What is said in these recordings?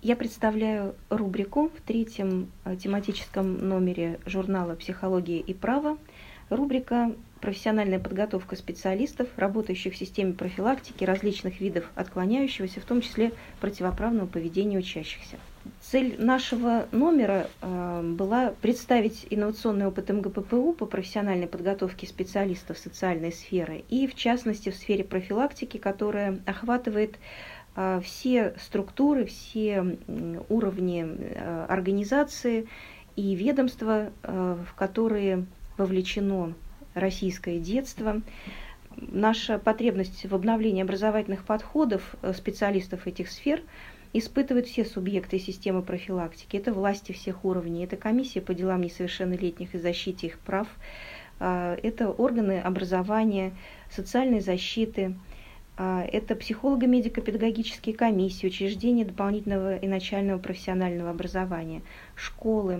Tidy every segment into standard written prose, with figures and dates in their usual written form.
Я представляю рубрику в третьем тематическом номере журнала «Психология и право». Рубрика «Профессиональная подготовка специалистов, работающих в системе профилактики различных видов отклоняющегося, в том числе противоправного поведения учащихся». Цель нашего номера была представить инновационный опыт МГППУ по профессиональной подготовке специалистов социальной сферы и, в частности, в сфере профилактики, которая охватывает все структуры, все уровни организации и ведомства, в которые вовлечено российское детство. Наша потребность в обновлении образовательных подходов специалистов этих сфер испытывают все субъекты системы профилактики. Это власти всех уровней, это комиссия по делам несовершеннолетних и защите их прав, это органы образования, социальной защиты, это психолого-медико-педагогические комиссии, учреждения дополнительного и начального профессионального образования, школы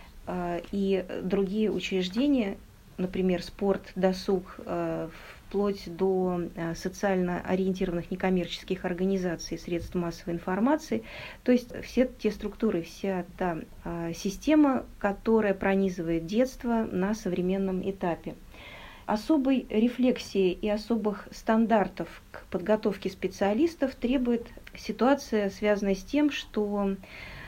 и другие учреждения, например, спорт, досуг, вплоть до социально ориентированных некоммерческих организаций, средств массовой информации. То есть все те структуры, вся та система, которая пронизывает детство на современном этапе. Особой рефлексии и особых стандартов к подготовке специалистов требует ситуация, связанная с тем, что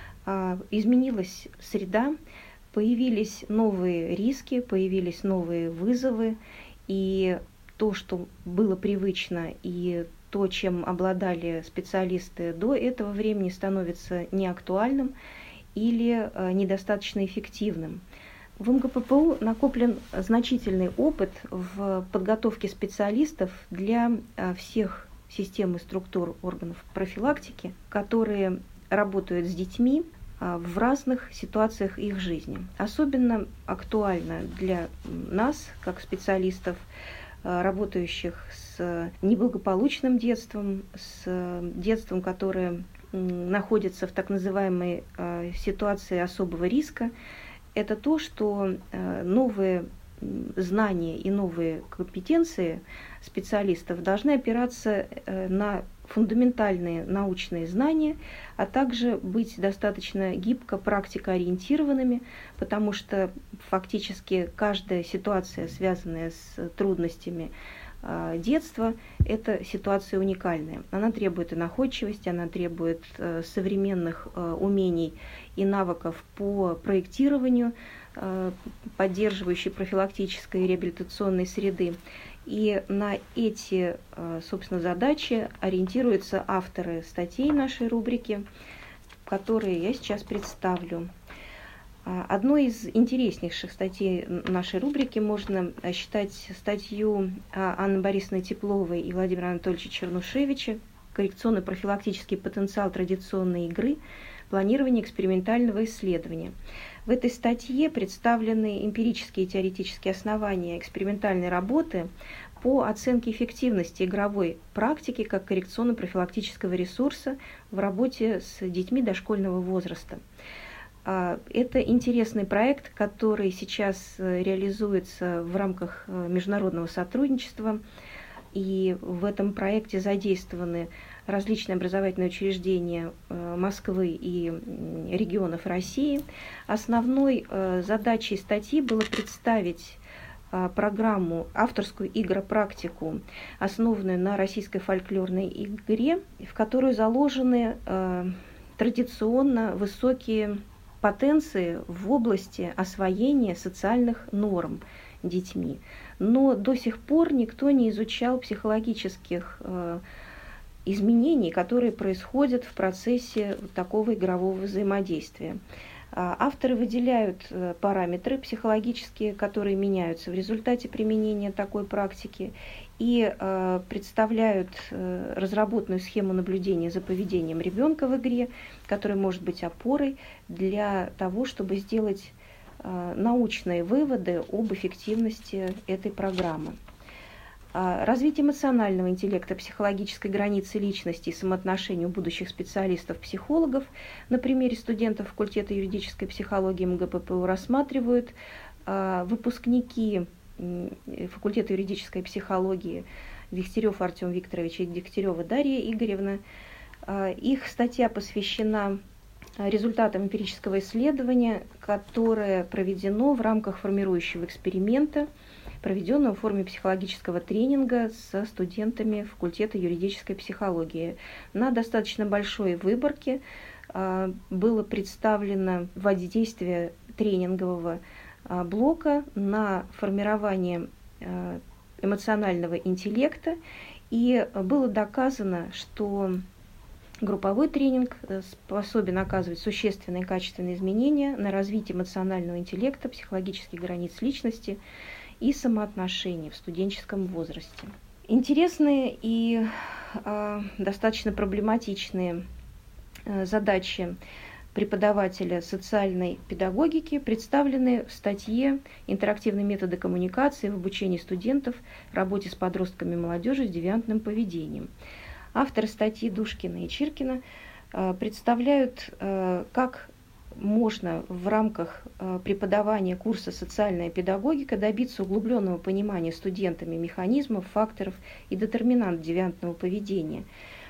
изменилась среда, появились новые риски, появились новые вызовы, и то, что было привычно, и то, чем обладали специалисты до этого времени, становится неактуальным или недостаточно эффективным. В МГППУ накоплен значительный опыт в подготовке специалистов для всех систем и структур органов профилактики, которые работают с детьми в разных ситуациях их жизни. Особенно актуально для нас, как специалистов, работающих с неблагополучным детством, с детством, которое находится в так называемой ситуации особого риска. Это то, что новые знания и новые компетенции специалистов должны опираться на фундаментальные научные знания, а также быть достаточно гибко практикоориентированными, потому что фактически каждая ситуация, связанная с трудностями детства, это ситуация уникальная. Она требует и находчивости, она требует современных умений и навыков по проектированию поддерживающей профилактической и реабилитационной среды. И на эти, собственно, задачи ориентируются авторы статей нашей рубрики, которые я сейчас представлю. Одной из интереснейших статей нашей рубрики можно считать статью Анны Борисовны Тепловой и Владимира Анатольевича Чернушевича «Коррекционно-профилактический потенциал традиционной игры. Планирование экспериментального исследования». В этой статье представлены эмпирические и теоретические основания экспериментальной работы по оценке эффективности игровой практики как коррекционно-профилактического ресурса в работе с детьми дошкольного возраста. Это интересный проект, который сейчас реализуется в рамках международного сотрудничества, и в этом проекте задействованы различные образовательные учреждения Москвы и регионов России. Основной задачей статьи было представить программу, авторскую игропрактику, основанную на российской фольклорной игре, в которую заложены традиционно высокие потенции в области освоения социальных норм детьми. Но до сих пор никто не изучал психологических изменений, которые происходят в процессе такого игрового взаимодействия. Авторы выделяют параметры психологические, которые меняются в результате применения такой практики, и представляют разработанную схему наблюдения за поведением ребенка в игре, которая может быть опорой для того, чтобы сделать научные выводы об эффективности этой программы. Развитие эмоционального интеллекта, психологической границы личности и самоотношений у будущих специалистов-психологов на примере студентов факультета юридической психологии МГППУ рассматривают выпускники факультета юридической психологии Дегтярев Артем Викторович и Дегтярева Дарья Игоревна. Их статья посвящена результатом эмпирического исследования, которое проведено в рамках формирующего эксперимента, проведенного в форме психологического тренинга со студентами факультета юридической психологии. На достаточно большой выборке было представлено воздействие тренингового блока на формирование эмоционального интеллекта, и было доказано, что групповой тренинг способен оказывать существенные качественные изменения на развитие эмоционального интеллекта, психологических границ личности и самоотношений в студенческом возрасте. Интересные и достаточно проблематичные задачи преподавателя социальной педагогики представлены в статье «Интерактивные методы коммуникации в обучении студентов работе с подростками и молодежью с девиантным поведением». Авторы статьи Душкина и Чиркина представляют, как можно в рамках преподавания курса «Социальная педагогика» добиться углубленного понимания студентами механизмов, факторов и детерминант девиантного поведения,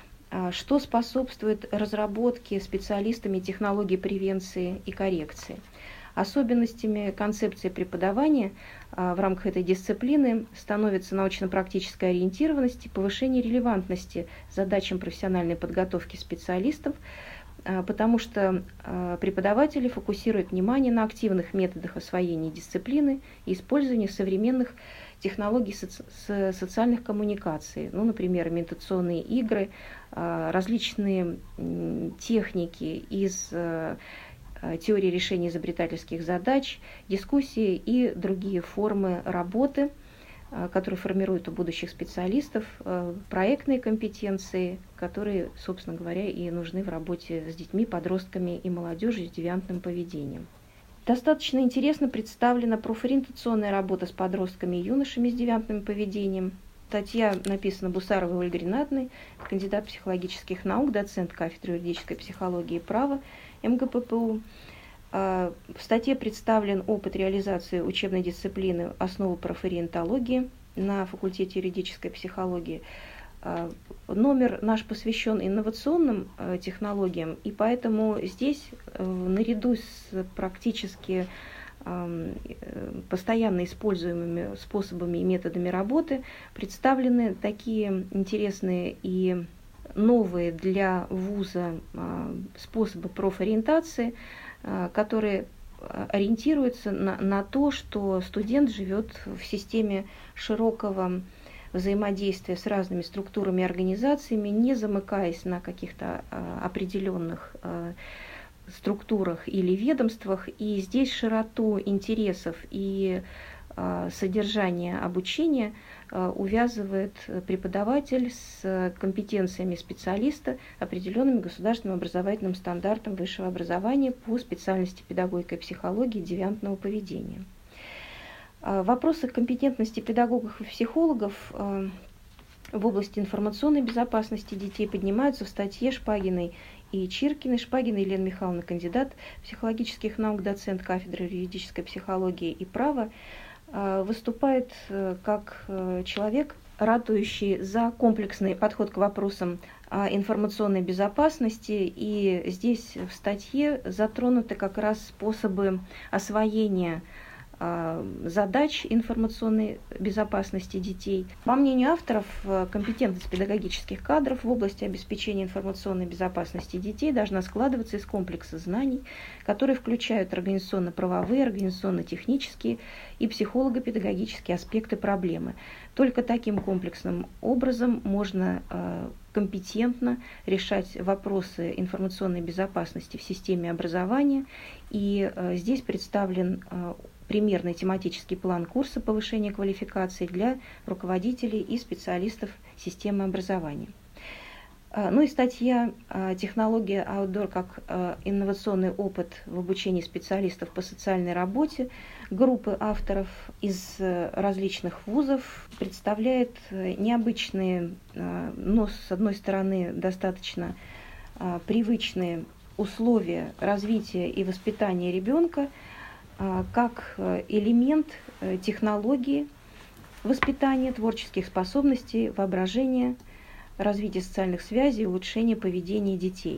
что способствует разработке специалистами технологий превенции и коррекции. Особенностями концепции преподавания в рамках этой дисциплины становится научно-практическая ориентированность и повышение релевантности задачам профессиональной подготовки специалистов, потому что преподаватели фокусируют внимание на активных методах освоения дисциплины и использования современных технологий социальных коммуникаций, например, имитационные игры, различные техники из теории решения изобретательских задач, дискуссии и другие формы работы, которые формируют у будущих специалистов проектные компетенции, которые, собственно говоря, и нужны в работе с детьми, подростками и молодежью с девиантным поведением. Достаточно интересно представлена профориентационная работа с подростками и юношами с девиантным поведением. Статья написана Бусаровой Ольгой Ринатовной, кандидат психологических наук, доцент кафедры юридической психологии и права МГППУ. В статье представлен опыт реализации учебной дисциплины «Основы профориентологии» на факультете юридической психологии. Номер наш посвящен инновационным технологиям, и поэтому здесь, наряду с практически постоянно используемыми способами и методами работы, представлены такие интересные и новые для вуза способы профориентации, которые ориентируются на то, что студент живет в системе широкого взаимодействия с разными структурами и организациями, не замыкаясь на каких-то определенных структурах или ведомствах. И здесь широту интересов и содержание обучения увязывает преподаватель с компетенциями специалиста, определенными государственным образовательным стандартом высшего образования по специальности педагогика и психологии девиантного поведения. Вопросы компетентности педагогов и психологов в области информационной безопасности детей поднимаются в статье Шпагиной и Чиркиной. Шпагина Елена Михайловна, кандидат психологических наук, доцент кафедры юридической психологии и права, выступает как человек, ратующий за комплексный подход к вопросам информационной безопасности. И здесь в статье затронуты как раз способы освоения задач информационной безопасности детей. По мнению авторов, компетентность педагогических кадров в области обеспечения информационной безопасности детей должна складываться из комплекса знаний, которые включают организационно-правовые, организационно-технические и психолого-педагогические аспекты проблемы. Только таким комплексным образом можно компетентно решать вопросы информационной безопасности в системе образования. И здесь представлен примерный тематический план курса повышения квалификации для руководителей и специалистов системы образования. Ну и статья «Технология Outdoor как инновационный опыт в обучении специалистов по социальной работе» группы авторов из различных вузов представляет необычные, но с одной стороны достаточно привычные условия развития и воспитания ребенка как элемент технологии воспитания творческих способностей, воображения, развития социальных связей, улучшения поведения детей.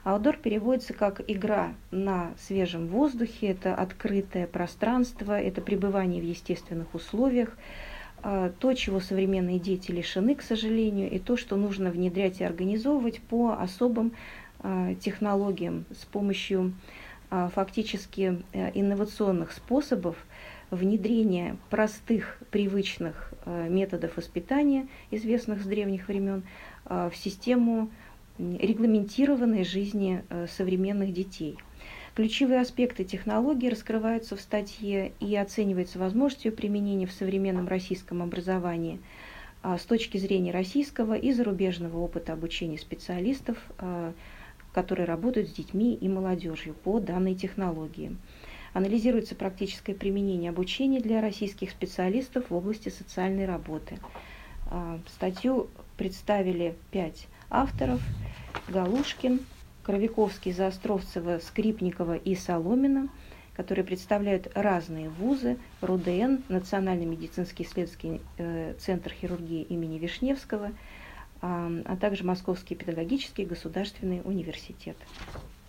Outdoor переводится как игра на свежем воздухе, это открытое пространство, это пребывание в естественных условиях, то, чего современные дети лишены, к сожалению, и то, что нужно внедрять и организовывать по особым технологиям с помощью фактически инновационных способов внедрения простых, привычных методов воспитания, известных с древних времен, в систему регламентированной жизни современных детей. Ключевые аспекты технологии раскрываются в статье и оценивается возможность ее применения в современном российском образовании с точки зрения российского и зарубежного опыта обучения специалистов, которые работают с детьми и молодежью по данной технологии. Анализируется практическое применение обучения для российских специалистов в области социальной работы. Статью представили 5 авторов: Галушкин, Кровяковский, Заостровцева, Скрипникова и Соломина, которые представляют разные вузы: РУДН, Национальный медицинский исследовательский центр хирургии имени Вишневского, а также Московский педагогический государственный университет.